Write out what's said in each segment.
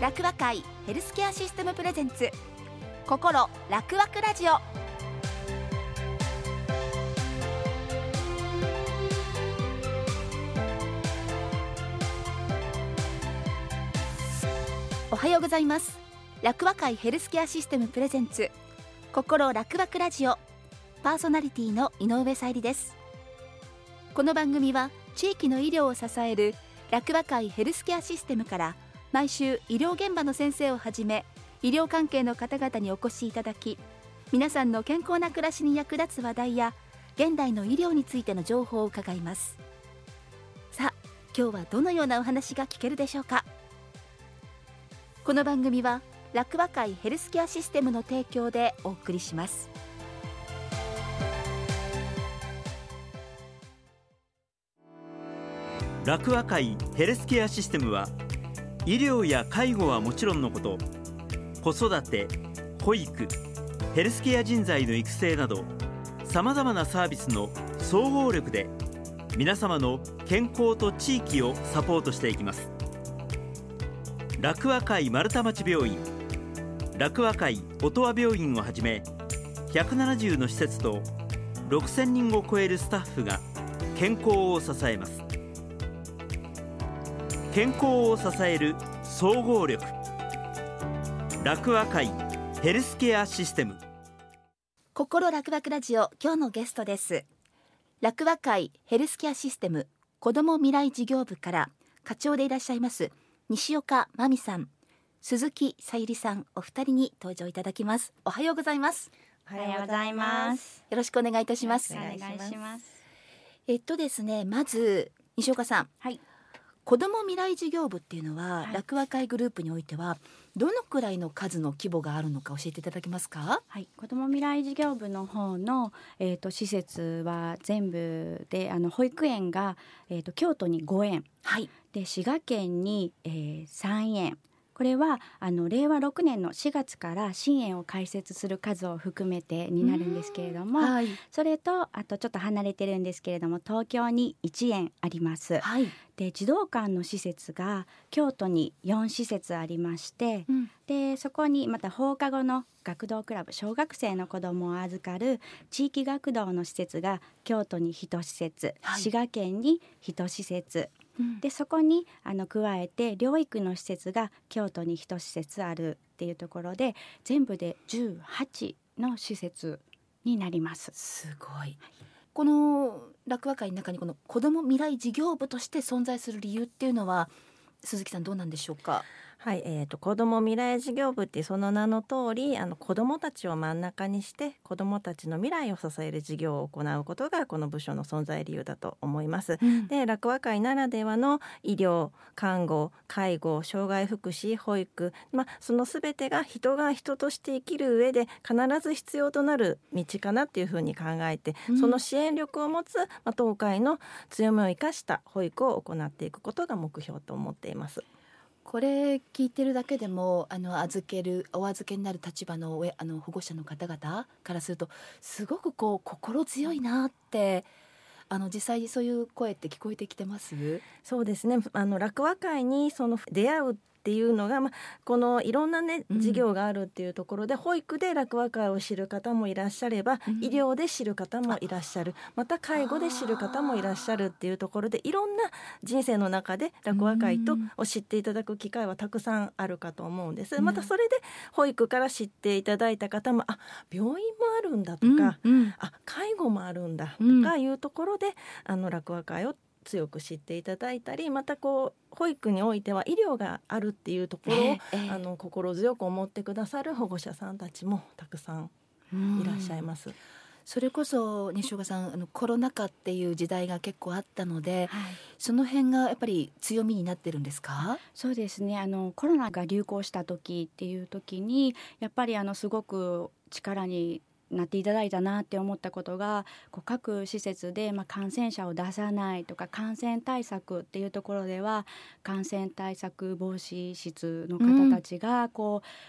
楽和会ヘルスケアシステムプレゼンツ心楽わくラジオ。おはようございます。楽和会ヘルスケアシステムプレゼンツ心楽わくラジオ、パーソナリティの井上さゆりです。この番組は地域の医療を支える楽和会ヘルスケアシステムから毎週医療現場の先生をはじめ医療関係の方々にお越しいただき、皆さんの健康な暮らしに役立つ話題や現代の医療についての情報を伺います。さあ、今日はどのようなお話が聞けるでしょうか。この番組は楽和会ヘルスケアシステムの提供でお送りします。 楽和会ヘルスケアシステムは、医療や介護はもちろんのこと、子育て、保育、ヘルスケア人材の育成などさまざまなサービスの総合力で皆様の健康と地域をサポートしていきます。楽和会丸太町病院、楽和会音羽病院をはじめ170の施設と6000人を超えるスタッフが健康を支えます。健康を支える総合力、楽和会ヘルスケアシステム。 心楽わくラジオ、今日のゲストです。楽和会ヘルスケアシステム子ども未来事業部から課長でいらっしゃいます西岡真美さん、鈴木さゆりさん、お二人に登場いただきます。おはようございます。 おはようございます。 よろしくお願いいたします。 お願いします。 ですね、まず西岡さん、 はい、 子ども未来事業部っていうのは、楽和会グループにおいてはどのくらいの数の規模があるのか教えていただけますか。 はい、子ども未来事業部の方の、施設は全部で保育園が、京都に5園、 はい、 で滋賀県に、3園、これは令和6年の4月から新園を開設する数を含めてになるんですけれども、 はい、 それとあとちょっと離れてるんですけれども東京に1園あります。 はい、 で児童館の施設が京都に4施設ありまして、でそこにまた放課後の学童クラブ、小学生の子どもを預かる地域学童の施設が京都に1施設、滋賀県に1施設、でそこに加えて療育の施設が京都に1施設あるっていうところで全部で18の施設になります。 すごい。この楽和会の中にこの子ども未来事業部として存在する理由っていうのは鈴木さんどうなんでしょうか。 はい、子ども未来事業部ってその名の通り子どもたちを真ん中にして子どもたちの未来を支える事業を行うことがこの部署の存在理由だと思います。で楽和会ならではの医療、看護、介護、障害福祉、保育、そのすべてが人が人として生きる上で必ず必要となる道かなっていうふうに考えて、その支援力を持つ、当会の強みを生かした保育を行っていくことが目標と思っています。 これ聞いてるだけでもお預けになる立場の保護者の方々からするとすごく心強いなって実際そういう声って聞こえてきてます？ そうですね、楽和会に出会うっていうのが、このいろんな事業があるっていうところで、保育で楽和会を知る方もいらっしゃれば、医療で知る方もいらっしゃる、また介護で知る方もいらっしゃるっていうところで、いろんな人生の中で楽和会を知っていただく機会はたくさんあるかと思うんです。またそれで保育から知っていただいた方も病院もあるんだとか、介護もあるんだとかいうところで楽和会を強く知っていただいたり、また保育においては医療があるっていうところを、心強く思ってくださる保護者さんたちもたくさんいらっしゃいます。 それこそ西岡さんコロナ禍っていう時代が結構あったので、その辺がやっぱり強みになってるんですか？ そうですね、コロナが流行した時っていう時にやっぱりすごく力になっていただいたなって思ったことが、各施設で感染者を出さないとか感染対策っていうところでは感染対策防止室の方たちが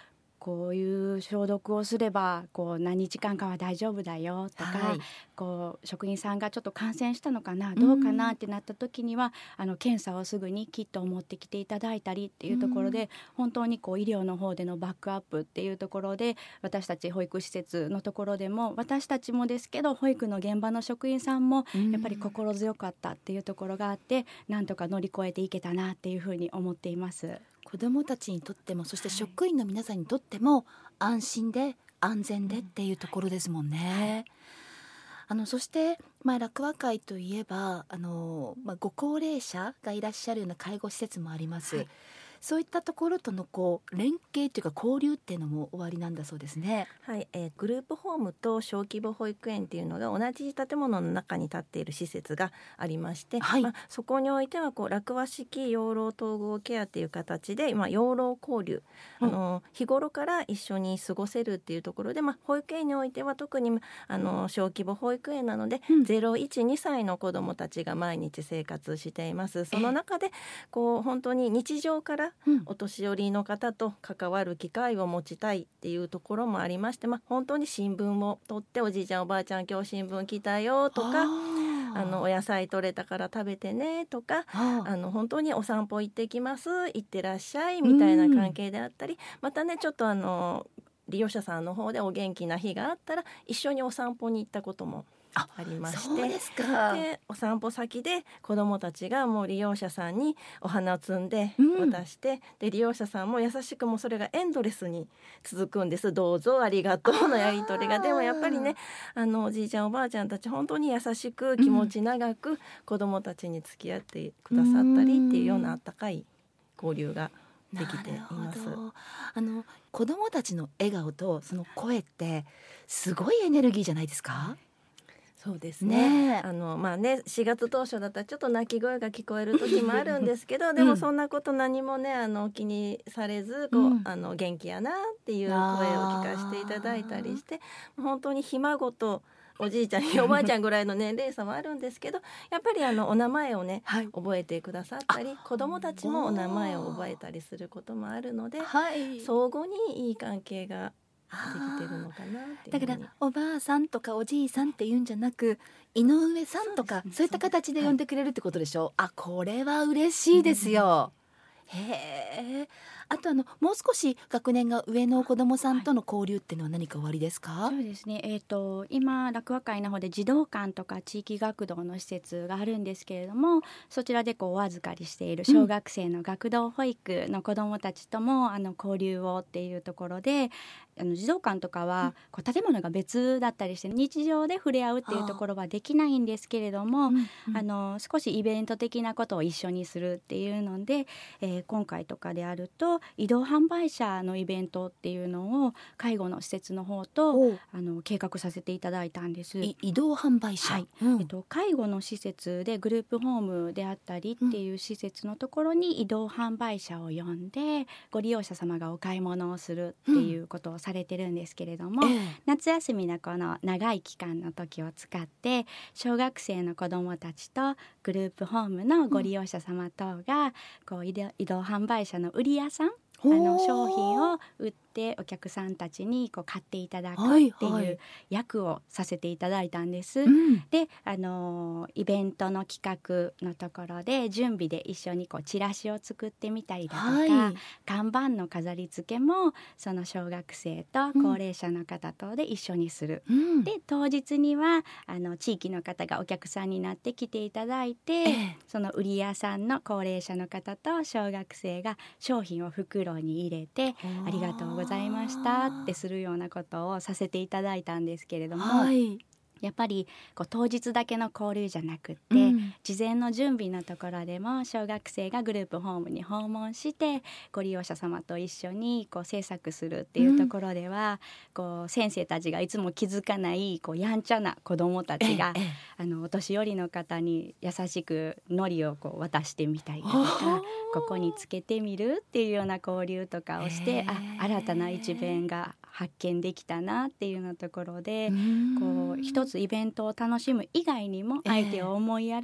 こういう消毒をすればこう何日間かは大丈夫だよとか、 はい、 こう職員さんがちょっと感染したのかなどうかなってなった時には、検査をすぐにキットを持ってきていただいたりっていうところで、本当にこう医療の方でのバックアップっていうところで、私たち保育施設のところでも私たちもですけど保育の現場の職員さんもやっぱり心強かったっていうところがあって、なんとか乗り越えていけたなっていうふうに思っています。 子どもたちにとっても、そして職員の皆さんにとっても安心で安全でっていうところですもんね。そして、楽和会といえばご高齢者がいらっしゃるような介護施設もあります、はい、そういったところとの連携というか交流っていうのもおありなんだそうですね。 はい、グループホームと小規模保育園っていうのが同じ建物の中に建っている施設がありまして、はい、そこにおいては楽和式養老統合ケアっていう形で、養老交流、日頃から一緒に過ごせるっていうところで、保育園においては特に小規模保育園なので、012歳の子どもたちが毎日生活しています。その中で本当に日常からお年寄りの方と関わる機会を持ちたいっていうところもありまして、本当に新聞を取って、おじいちゃんおばあちゃん今日新聞来たよとか、お野菜取れたから食べてねとか、本当にお散歩行ってきます、行ってらっしゃいみたいな関係であったり、またねちょっと利用者さんの方でお元気な日があったら一緒にお散歩に行ったこともありまして、 そうですか。 でお散歩先で子どもたちがもう利用者さんにお花を摘んで渡して、で利用者さんも優しくもそれがエンドレスに続くんです。どうぞありがとうのやり取りが。でもやっぱりねおじいちゃんおばあちゃんたち本当に優しく気持ち長く子どもたちに付き合ってくださったりっていうようなあったかい交流ができています。 子どもたちの笑顔とその声ってすごいエネルギーじゃないですか？ そうですね。4月当初だったらちょっと泣き声が聞こえる時もあるんですけどでもそんなこと何もね気にされず元気やなっていう声を聞かせていただいたりして、本当にひ孫とおじいちゃんおばあちゃんぐらいの年齢差はあるんですけどやっぱりお名前をね、覚えてくださったり、子どもたちもお名前を覚えたりすることもあるので、相互にいい関係ができてるのかなっていう。 だからおばあさんとかおじいさんっていうんじゃなく井上さんとかそういった形で呼んでくれるってことでしょ。これは嬉しいですよ。へえ。あともう少し学年が上の子どもさんとの交流っていうのは何かおありですか？ そうですね、今楽和会の方で児童館とか地域学童の施設があるんですけれども、そちらでお預かりしている小学生の学童保育の子どもたちとも交流をっていうところで、児童館とかは建物が別だったりして日常で触れ合うっていうところはできないんですけれども、少しイベント的なことを一緒にするっていうので、今回とかであると移動販売車のイベントっていうのを介護の施設の方と計画させていただいたんです。 移動販売車、 介護の施設でグループホームであったりっていう施設のところに移動販売車を呼んでご利用者様がお買い物をするっていうことをされてるんですけれども、夏休みのこの長い期間の時を使って小学生の子どもたちとグループホームのご利用者様等が移動販売車の売り屋さん商品を売ってお客さんたちに買っていただくっていう役をさせていただいたんです、でイベントの企画のところで準備で一緒にチラシを作ってみたりだとか、看板の飾り付けもその小学生と高齢者の方とで一緒にする、で当日には地域の方がお客さんになって来ていただいて、その売り屋さんの高齢者の方と小学生が商品を袋に入れてありがとうございましたってするようなことをさせていただいたんですけれども、やっぱり当日だけの交流じゃなくって、事前の準備のところでも小学生がグループホームに訪問してご利用者様と一緒に制作するっていうところでは、先生たちがいつも気づかないやんちゃな子どもたちが、お年寄りの方に優しく海苔を渡してみたりだとか、ここにつけてみるっていうような交流とかをして、新たな一面が発見できたなっていうようなところで、一つイベントを楽しむ以外にも相手を思いやるっ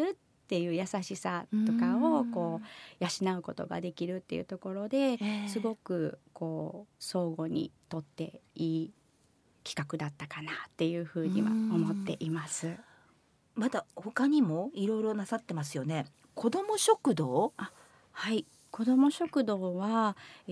っていう優しさとかをこう養うことができるっていうところで、すごくこう相互にとっていい企画だったかなっていうふうには思っています。 まだ他にもいろいろなさってますよね。子ども食堂？ はい、子ども食堂は、もう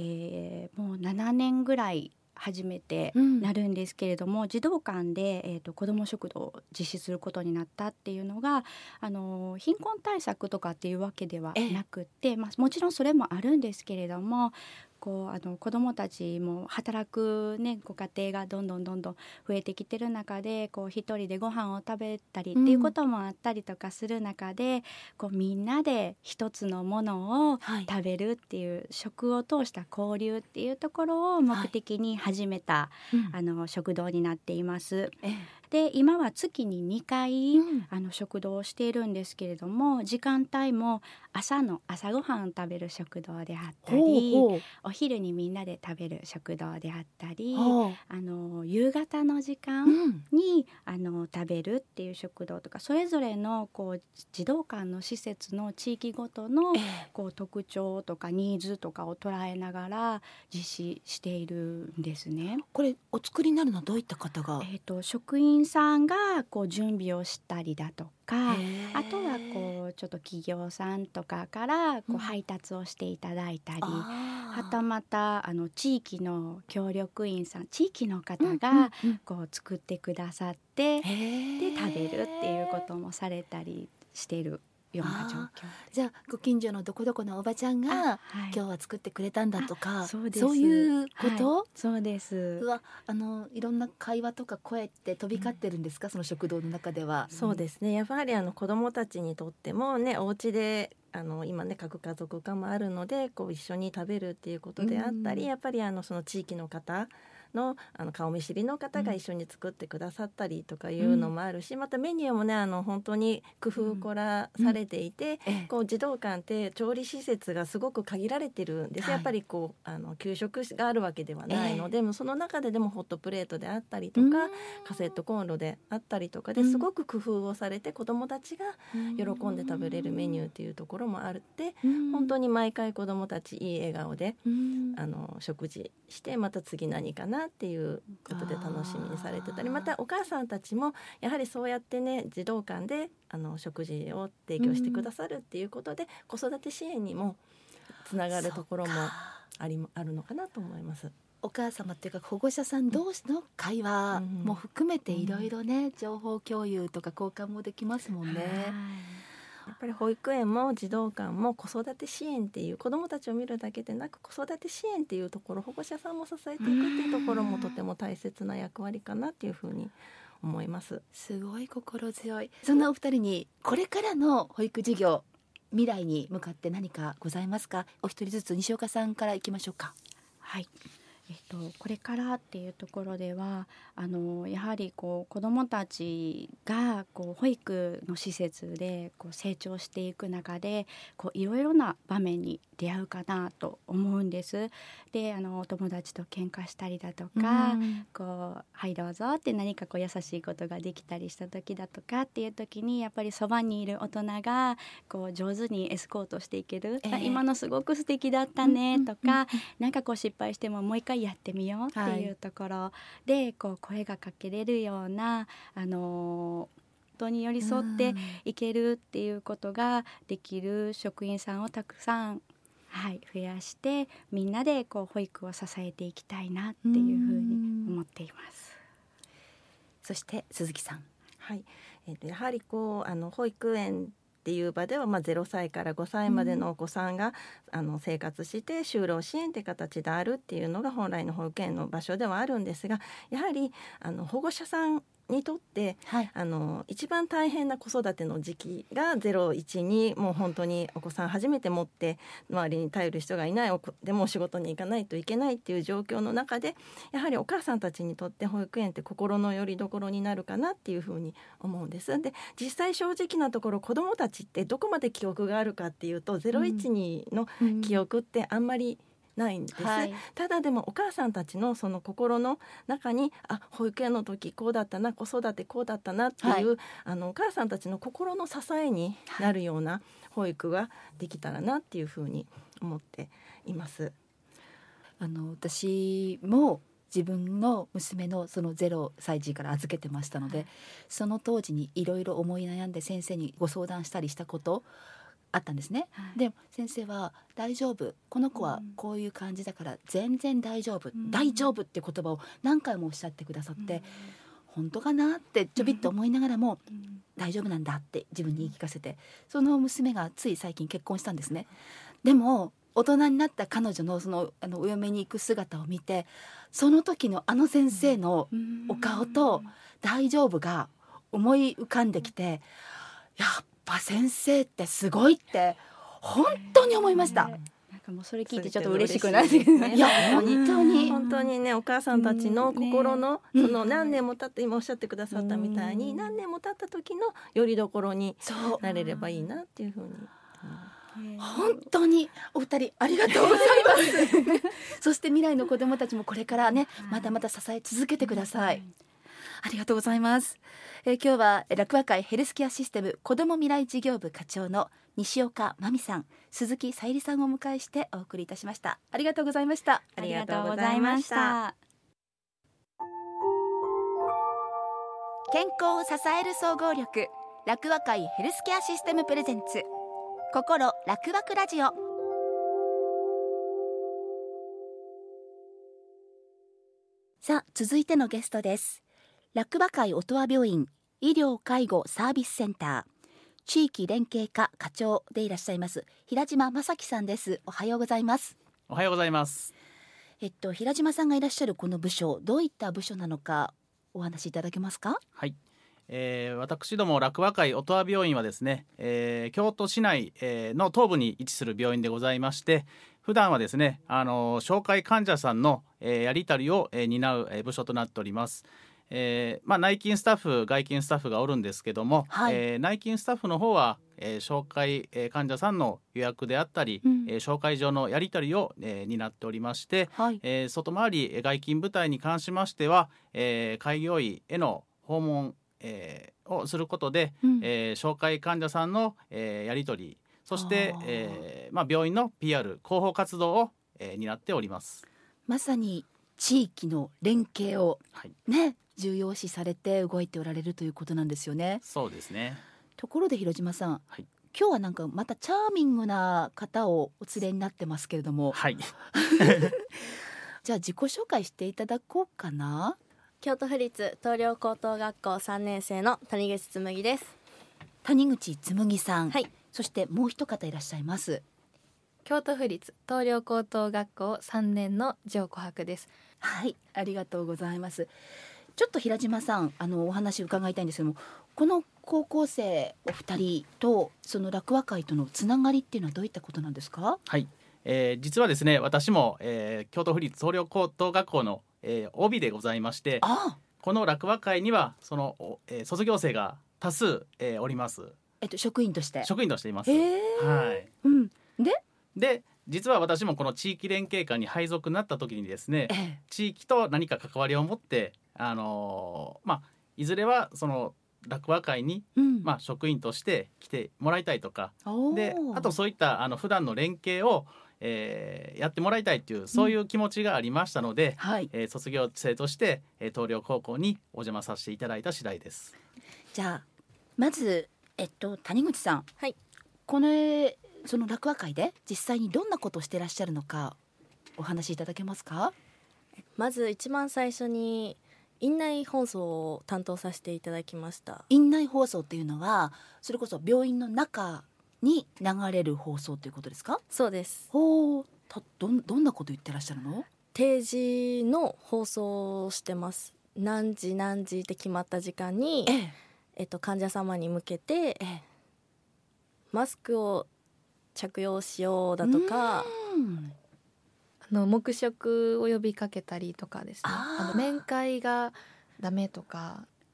7年ぐらい初めてなるんですけれども、児童館で、子ども食堂を実施することになったっていうのが貧困対策とかっていうわけではなくて、もちろんそれもあるんですけれども、こう子どもたちも働く、ご家庭がどんどん増えてきてる中で、こう一人でご飯を食べたりっていうこともあったりとかする中で、こうみんなで一つのものを食べるっていう、食を通した交流っていうところを目的に始めた、食堂になっています。で今は月に2回、食堂をしているんですけれども、時間帯も朝ごはん食べる食堂であったり、お昼にみんなで食べる食堂であったり、夕方の時間に、食べるっていう食堂とか、それぞれのこう児童館の施設の地域ごとの、こう特徴とかニーズとかを捉えながら実施しているんですね。 これお作りになるのはどういった方が？ 職員さんがこう準備をしたりだとか、あとはこうちょっと企業さんとかからこう配達をしていただいたり、はたまた地域の協力員さん、地域の方がこう作ってくださって、で食べるっていうこともされたりしているような状況。 じゃあご近所のどこどこのおばちゃんが、今日は作ってくれたんだとか、 そういうこと、 そうです。 いろんな会話とか声って飛び交ってるんですか、その食堂の中では？ そうですね、やはり子どもたちにとってもね、お家で今ね核家族化もあるので、こう一緒に食べるっていうことであったり、やっぱりその地域の方の顔見知りの方が一緒に作ってくださったりとかいうのもあるし、またメニューもね本当に工夫を凝らされていて、こう児童館って調理施設がすごく限られてるんです、やっぱりこう給食があるわけではないので、その中ででもホットプレートであったりとか、カセットコンロであったりとかですごく工夫をされて、子どもたちが喜んで食べれるメニューっていうところもあるって、本当に毎回子どもたちいい笑顔で食事して、また次何かなっていうことで楽しみにされてたり、またお母さんたちもやはりそうやってね、児童館で食事を提供してくださるっていうことで、子育て支援にもつながるところもあるのかなと思います。 お母様っていうか保護者さん同士の会話も含めていろいろね、情報共有とか交換もできますもんね。 やっぱり保育園も児童館も子育て支援っていう、子どもたちを見るだけでなく子育て支援っていうところ、保護者さんも支えていくっていうところもとても大切な役割かなっていうふうに思います。 すごい心強い。そんなお二人にこれからの保育事業、未来に向かって何かございますか？お一人ずつ西岡さんからいきましょうか。 はい、これからっていうところではやはりこう子どもたちがこう保育の施設でこう成長していく中で、こういろいろな場面に出会うかなと思うんです。でお友達と喧嘩したりだとか、こうはいどうぞって何かこう優しいことができたりした時だとかっていう時に、やっぱりそばにいる大人がこう上手にエスコートしていける、今のすごく素敵だったねとか、なんかこう失敗してももう一回やってみようっていうところで、こう声がかけれるような本当に寄り添っていけるっていうことができる職員さんをたくさん増やして、みんなでこう保育を支えていきたいなっていうふうに思っています。 そして鈴木さん。 はい、やはりこう保育園っていう場では、0歳から5歳までのお子さんが、生活して就労支援って形であるっていうのが本来の保育園の場所ではあるんですが、やはり保護者さんにとって、一番大変な子育ての時期が0、1にもう本当にお子さん初めて持って周りに頼る人がいない、でも仕事に行かないといけないっていう状況の中で、やはりお母さんたちにとって保育園って心の拠り所になるかなっていうふうに思うんです。で実際正直なところ、子どもたちってどこまで記憶があるかっていうと、012の記憶ってあんまりないんです、 はい、 ただでもお母さんたちのその心の中に保育園の時こうだったな、子育てこうだったなっていう、お母さんたちの心の支えになるような保育ができたらなっていうふうに思っています。 私も自分の娘のその0歳児から預けてましたので、その当時にいろいろ思い悩んで先生にご相談したりしたことあったんですね、で先生は大丈夫、この子はこういう感じだから全然大丈夫、大丈夫って言葉を何回もおっしゃってくださって、本当かなってちょびっと思いながらも、大丈夫なんだって自分に言い聞かせて、その娘がつい最近結婚したんですね。でも大人になった彼女のそのお嫁に行く姿を見て、その時の先生のお顔と大丈夫が思い浮かんできて、やっぱ先生ってすごいって本当に思いました。 なんかもうそれ聞いてちょっと嬉しくなってね。 いや本当にね、お母さんたちの心の、その何年も経って今おっしゃってくださったみたいに、何年も経った時のよりどころになれればいいなっていうふうに。 本当にお二人ありがとうございますそして未来の子どもたちもこれからね、まだまだ支え続けてください。ありがとうございます。今日は楽和会ヘルスケアシステム子ども未来事業部課長の西岡真美さん、鈴木さゆりさんをお迎えしてお送りいたしました。ありがとうございました。 ありがとうございました。 健康を支える総合力、楽和会ヘルスケアシステムプレゼンツ心楽和ラジオ。さあ続いてのゲストです。楽和会音羽病院医療介護サービスセンター地域連携課課長でいらっしゃいます平島正樹さんです。おはようございます。 おはようございます。 平島さんがいらっしゃるこの部署、どういった部署なのかお話しいただけますか。 はい、私ども楽和会音羽病院はですね、京都市内の東部に位置する病院でございまして、普段はですね紹介患者さんのやり取りを担う部署となっております。内勤スタッフ外勤スタッフがおるんですけども、内勤スタッフの方は、紹介患者さんの予約であったり、紹介状のやり取りを、担っておりまして、外回り外勤部隊に関しましては、開業医への訪問をすることで、紹介患者さんの、やり取り、そして、病院の PR 広報活動を、担っております。 まさに地域の連携を、重要視されて動いておられるということなんですよね。 そうですね。 ところで広島さん、今日はなんかまたチャーミングな方をお連れになってますけれども、じゃあ自己紹介していただこうかな。 京都府立東陵高等学校3年生の谷口紬です。 谷口紬さん、そしてもう一方いらっしゃいます。 京都府立東陵高等学校3年の城琥珀です。 ありがとうございます。ちょっと平島さんお話伺いたいんですけども、この高校生お二人とその楽和会とのつながりっていうのはどういったことなんですか。 実はですね、私も、京都府立東陵高等学校の、OB でございまして、この楽和会にはその、卒業生が多数、おります。 職員としています。で実は私もこの地域連携課に配属になった時にですね、地域と何か関わりを持っていずれはその楽和会に、職員として来てもらいたいとかで、あとそういった普段の連携を、やってもらいたいというそういう気持ちがありましたので、卒業生として、東陵高校にお邪魔させていただいた次第です。 じゃあまず、谷口さん、このその楽和会で実際にどんなことをしていらっしゃるのかお話しいただけますか。 まず一番最初に院内放送を担当させていただきました。 院内放送っていうのはそれこそ病院の中に流れる放送ということですか。 そうです。 どんなこと言ってらっしゃるの。 定時の放送をしてます。何時って決まった時間に、患者様に向けて、マスクを着用しようだとか、 黙食を呼びかけたりとかですね、面会がダメとか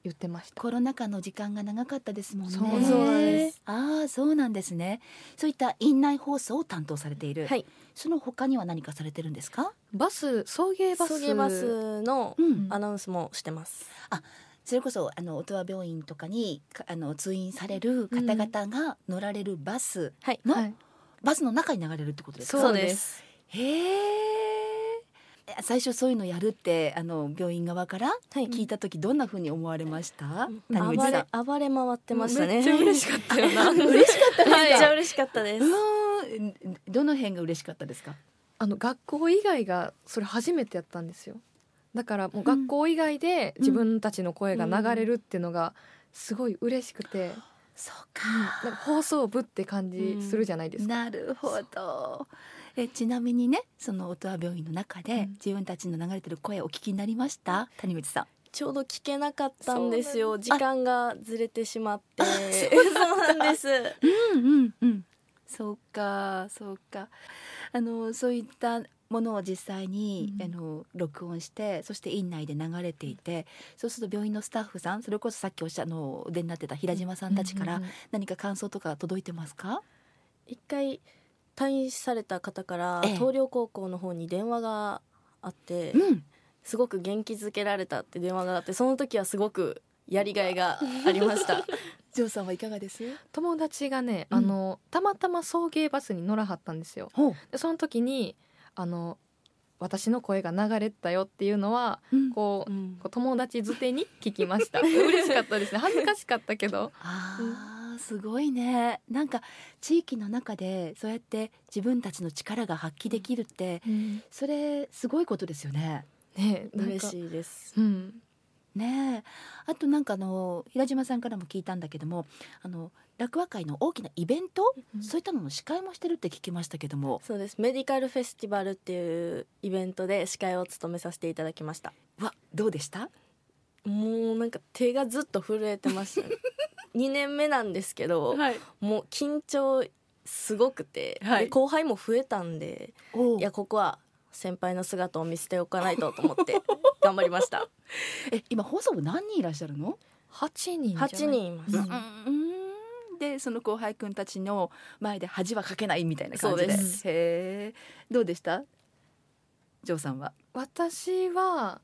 言ってました。 コロナ禍の時間が長かったですもんね。 そうなんです。 そうなんですね。そういった院内放送を担当されている、 はい、 その他には何かされてるんですか？ 送迎バスのアナウンスもしてます。 それこそ音羽病院とかに通院される方々が乗られるバスの、バスの中に流れるってことですか？ そうです。 へえ。最初そういうのやるって病院側から聞いた時どんな風に思われました？谷口さん。 暴れ回ってましたね。 めっちゃ嬉しかったよな。 嬉しかったですか？ めっちゃ嬉しかったです。 どの辺が嬉しかったですか？ 学校以外がそれ初めてやったんですよ。だからもう学校以外で自分たちの声が流れるっていうのがすごい嬉しくて、 そうか、 なんか放送部って感じするじゃないですか。 なるほど。ちなみにね、その音羽病院の中で自分たちの流れてる声をお聞きになりました？谷口さん。 ちょうど聞けなかったんですよ。時間がずれてしまって。そうなんです。 そうかそうか。そういったものを実際に、録音して、そして院内で流れていて、そうすると病院のスタッフさん、それこそさっきお出になってた平島さんたちから何か感想とか届いてますか？ 一回退院された方から東陵高校の方に電話があって、すごく元気づけられたって電話があって、その時はすごくやりがいがありました。 ジョーさんはいかがです？ 友達がね、たまたま送迎バスに乗らはったんですよ。でその時に私の声が流れたよっていうのは、こう友達づてに聞きました。嬉しかったですね。恥ずかしかったけど。 すごいね。なんか地域の中でそうやって自分たちの力が発揮できるって、それすごいことですよね。 嬉しいです。 ねえ。あとなんか平島さんからも聞いたんだけども、楽和会の大きなイベント、そういったのの司会もしてるって聞きましたけども。 そうです。メディカルフェスティバルっていうイベントで司会を務めさせていただきました。 どうでした？ もうなんか手がずっと震えてました。2年目なんですけど、もう緊張すごくて、で後輩も増えたんで、いやここは先輩の姿を見せておかないと思って頑張りました。 今放送部何人いらっしゃるの ？8人います。 でその後輩くんたちの前で恥はかけないみたいな感じで。 そうです。 へー。どうでした？ジョーさんは。 私は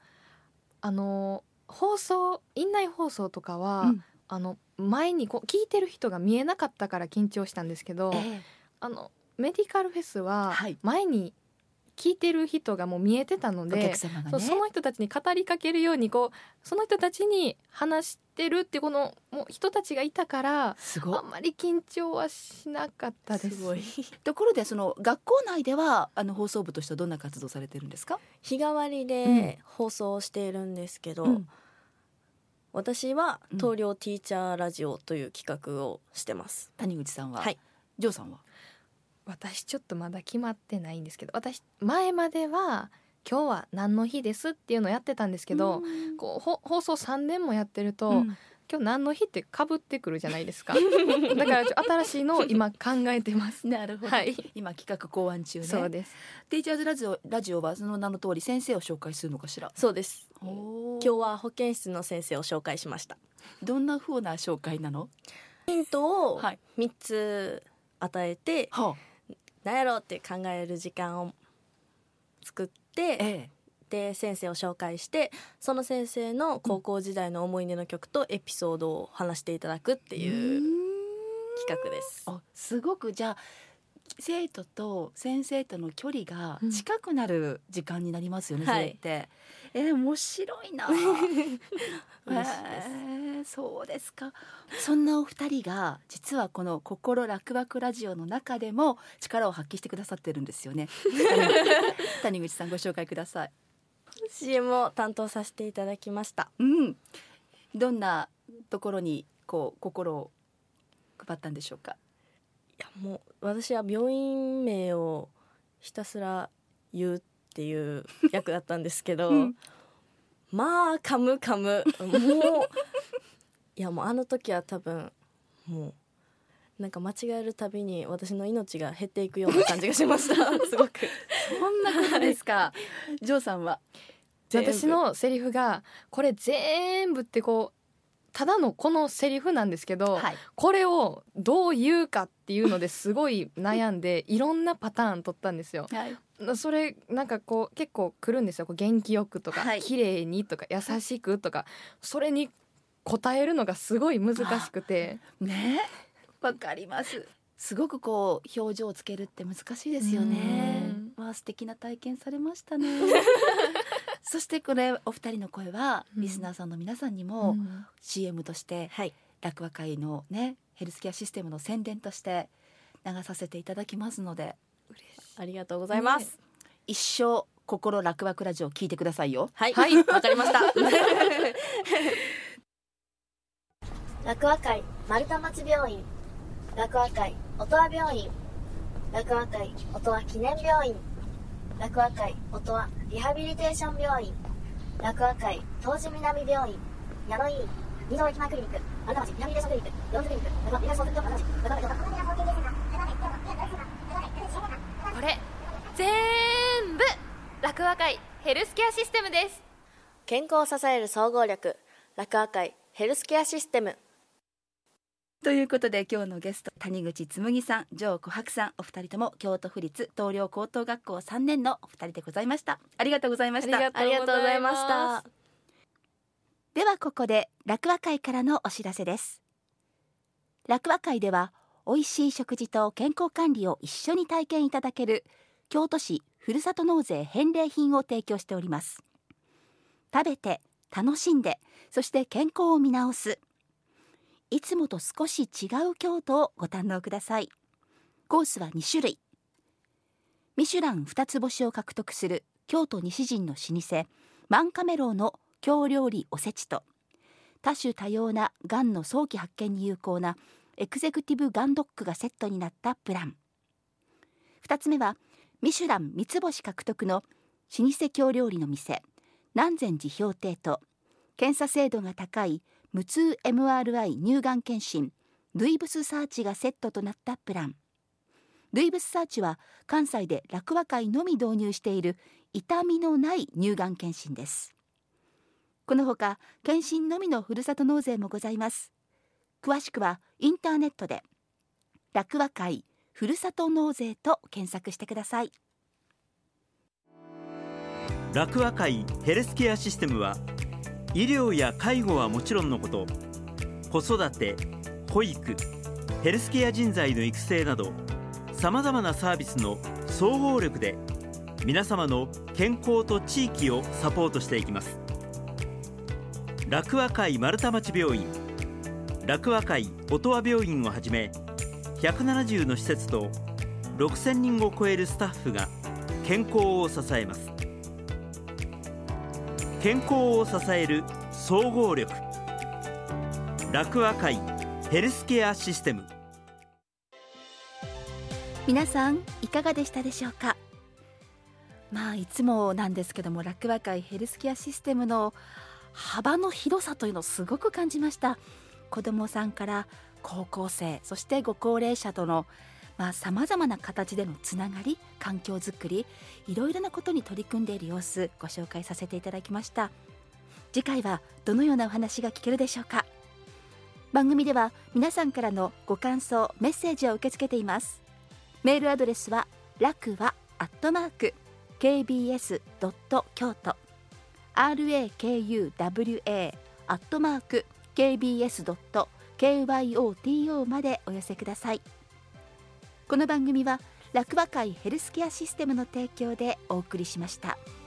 院内放送とかは、前に聞いてる人が見えなかったから緊張したんですけど、メディカルフェスは前に聞いてる人がもう見えてたので、 お客様がね、 その人たちに語りかけるようにその人たちに話してるってもう人たちがいたから、あんまり緊張はしなかったです。 すごい。 ところでその学校内では放送部としてはどんな活動されてるんですか？ 日替わりで放送をしているんですけど、私は東陵ティーチャーラジオという企画をしてます。 谷口さんは。 はい。 ジョーさんは。 私ちょっとまだ決まってないんですけど、私前までは今日は何の日ですっていうのをやってたんですけど、放送3年もやってると、今日何の日って被ってくるじゃないですか。だから新しいのを今考えてます。 なるほど、今企画考案中ね。 そうです。 ティーチャーズラジオはその名の通り先生を紹介するのかしら？ そうです。今日は保健室の先生を紹介しました。 どんな風な紹介なの？ ヒントを3つ与えて、何やろうって考える時間を作って、で先生を紹介して、その先生の高校時代の思い出の曲とエピソードを話していただくっていう企画です。 すごくじゃあ生徒と先生との距離が近くなる時間になりますよね、それって。面白いな。嬉しいです。そうですか。そんなお二人が実はこの心楽々ラジオの中でも力を発揮してくださってるんですよね。谷口さんご紹介ください。 CM を担当させていただきました。 どんなところに心を配ったんでしょうか？ いやもう私は病院名をひたすら言うっていう役だったんですけど、まあ噛むもういやもうあの時は多分もうなんか間違えるたびに私の命が減っていくような感じがしました。すごく。 そんなことですか。ジョーさんは？ 私のセリフがこれ全部ってただのこのセリフなんですけど、 はい、 これをどう言うかっていうのですごい悩んでいろんなパターン取ったんですよ。 はいそれなんかこう結構来るんですよ。こう元気よくとか、 はい綺麗にとか優しくとか、それに答えるのがすごい難しくてね、わかります。すごくこう表情をつけるって難しいですよね。わあ、素敵な体験されましたねそしてこれお二人の声はリスナーさんの皆さんにも CM として、 はい、 楽和会のねヘルスケアシステムの宣伝として流させていただきますので、 ありがとうございます、 一生心楽和ラジオを聞いてくださいよ。 はい、わかりました楽和会丸太町病院、楽和会音羽病院、楽和会音羽記念病院、楽和会音羽リハビリテーション病院、楽和会東寺南病院、矢野医院、二条駅前クリニック、丸太町リハビリテーションクリニック、四時クリニック、楽和リハビリテーションクリニック、 これ全部楽和会ヘルスケアシステムです。 健康を支える総合力、楽和会ヘルスケアシステム。 ということで今日のゲスト、谷口紬さん、城琥珀さん、お二人とも京都府立東陵高等学校3年のお二人でございました。ありがとうございました。 ありがとうございました。 ではここで楽和会からのお知らせです。楽和会では美味しい食事と健康管理を一緒に体験いただける京都市ふるさと納税返礼品を提供しております。食べて楽しんで、そして健康を見直す、いつもと少し違う京都をご堪能ください。コースは2種類。ミシュラン2つ星を獲得する京都西陣の老舗万亀楼の京料理おせちと、多種多様ながんの早期発見に有効なエグゼクティブがんドックがセットになったプラン。2つ目はミシュラン3つ星獲得の老舗京料理の店南禅寺氷亭と、検査精度が高い無痛 MRI 乳がん検診ルイブスサーチがセットとなったプラン。ルイブスサーチは関西で楽和会のみ導入している痛みのない乳がん検診です。このほか検診のみのふるさと納税もございます。詳しくはインターネットで楽和会ふるさと納税と検索してください。 楽和会ヘルスケアシステムは、医療や介護はもちろんのこと、子育て、保育、ヘルスケア人材の育成などさまざまなサービスの総合力で皆様の健康と地域をサポートしていきます。楽和会丸太町病院、楽和会音羽病院をはじめ170の施設と6000人を超えるスタッフが健康を支えます。健康を支える総合力、楽和会ヘルスケアシステム。 皆さんいかがでしたでしょうか。 いつもなんですけども、楽和会ヘルスケアシステムの幅の広さというのをすごく感じました。子どもさんから高校生、そしてご高齢者とのさまざまな形でのつながり、環境づくり、いろいろなことに取り組んでいる様子ご紹介させていただきました。次回はどのようなお話が聞けるでしょうか。番組では皆さんからのご感想メッセージを受け付けています。メールアドレスは楽和@kbs.kyoto rakuwa@kbs.kyoto までお寄せください。この番組は楽和会ヘルスケアシステムの提供でお送りしました。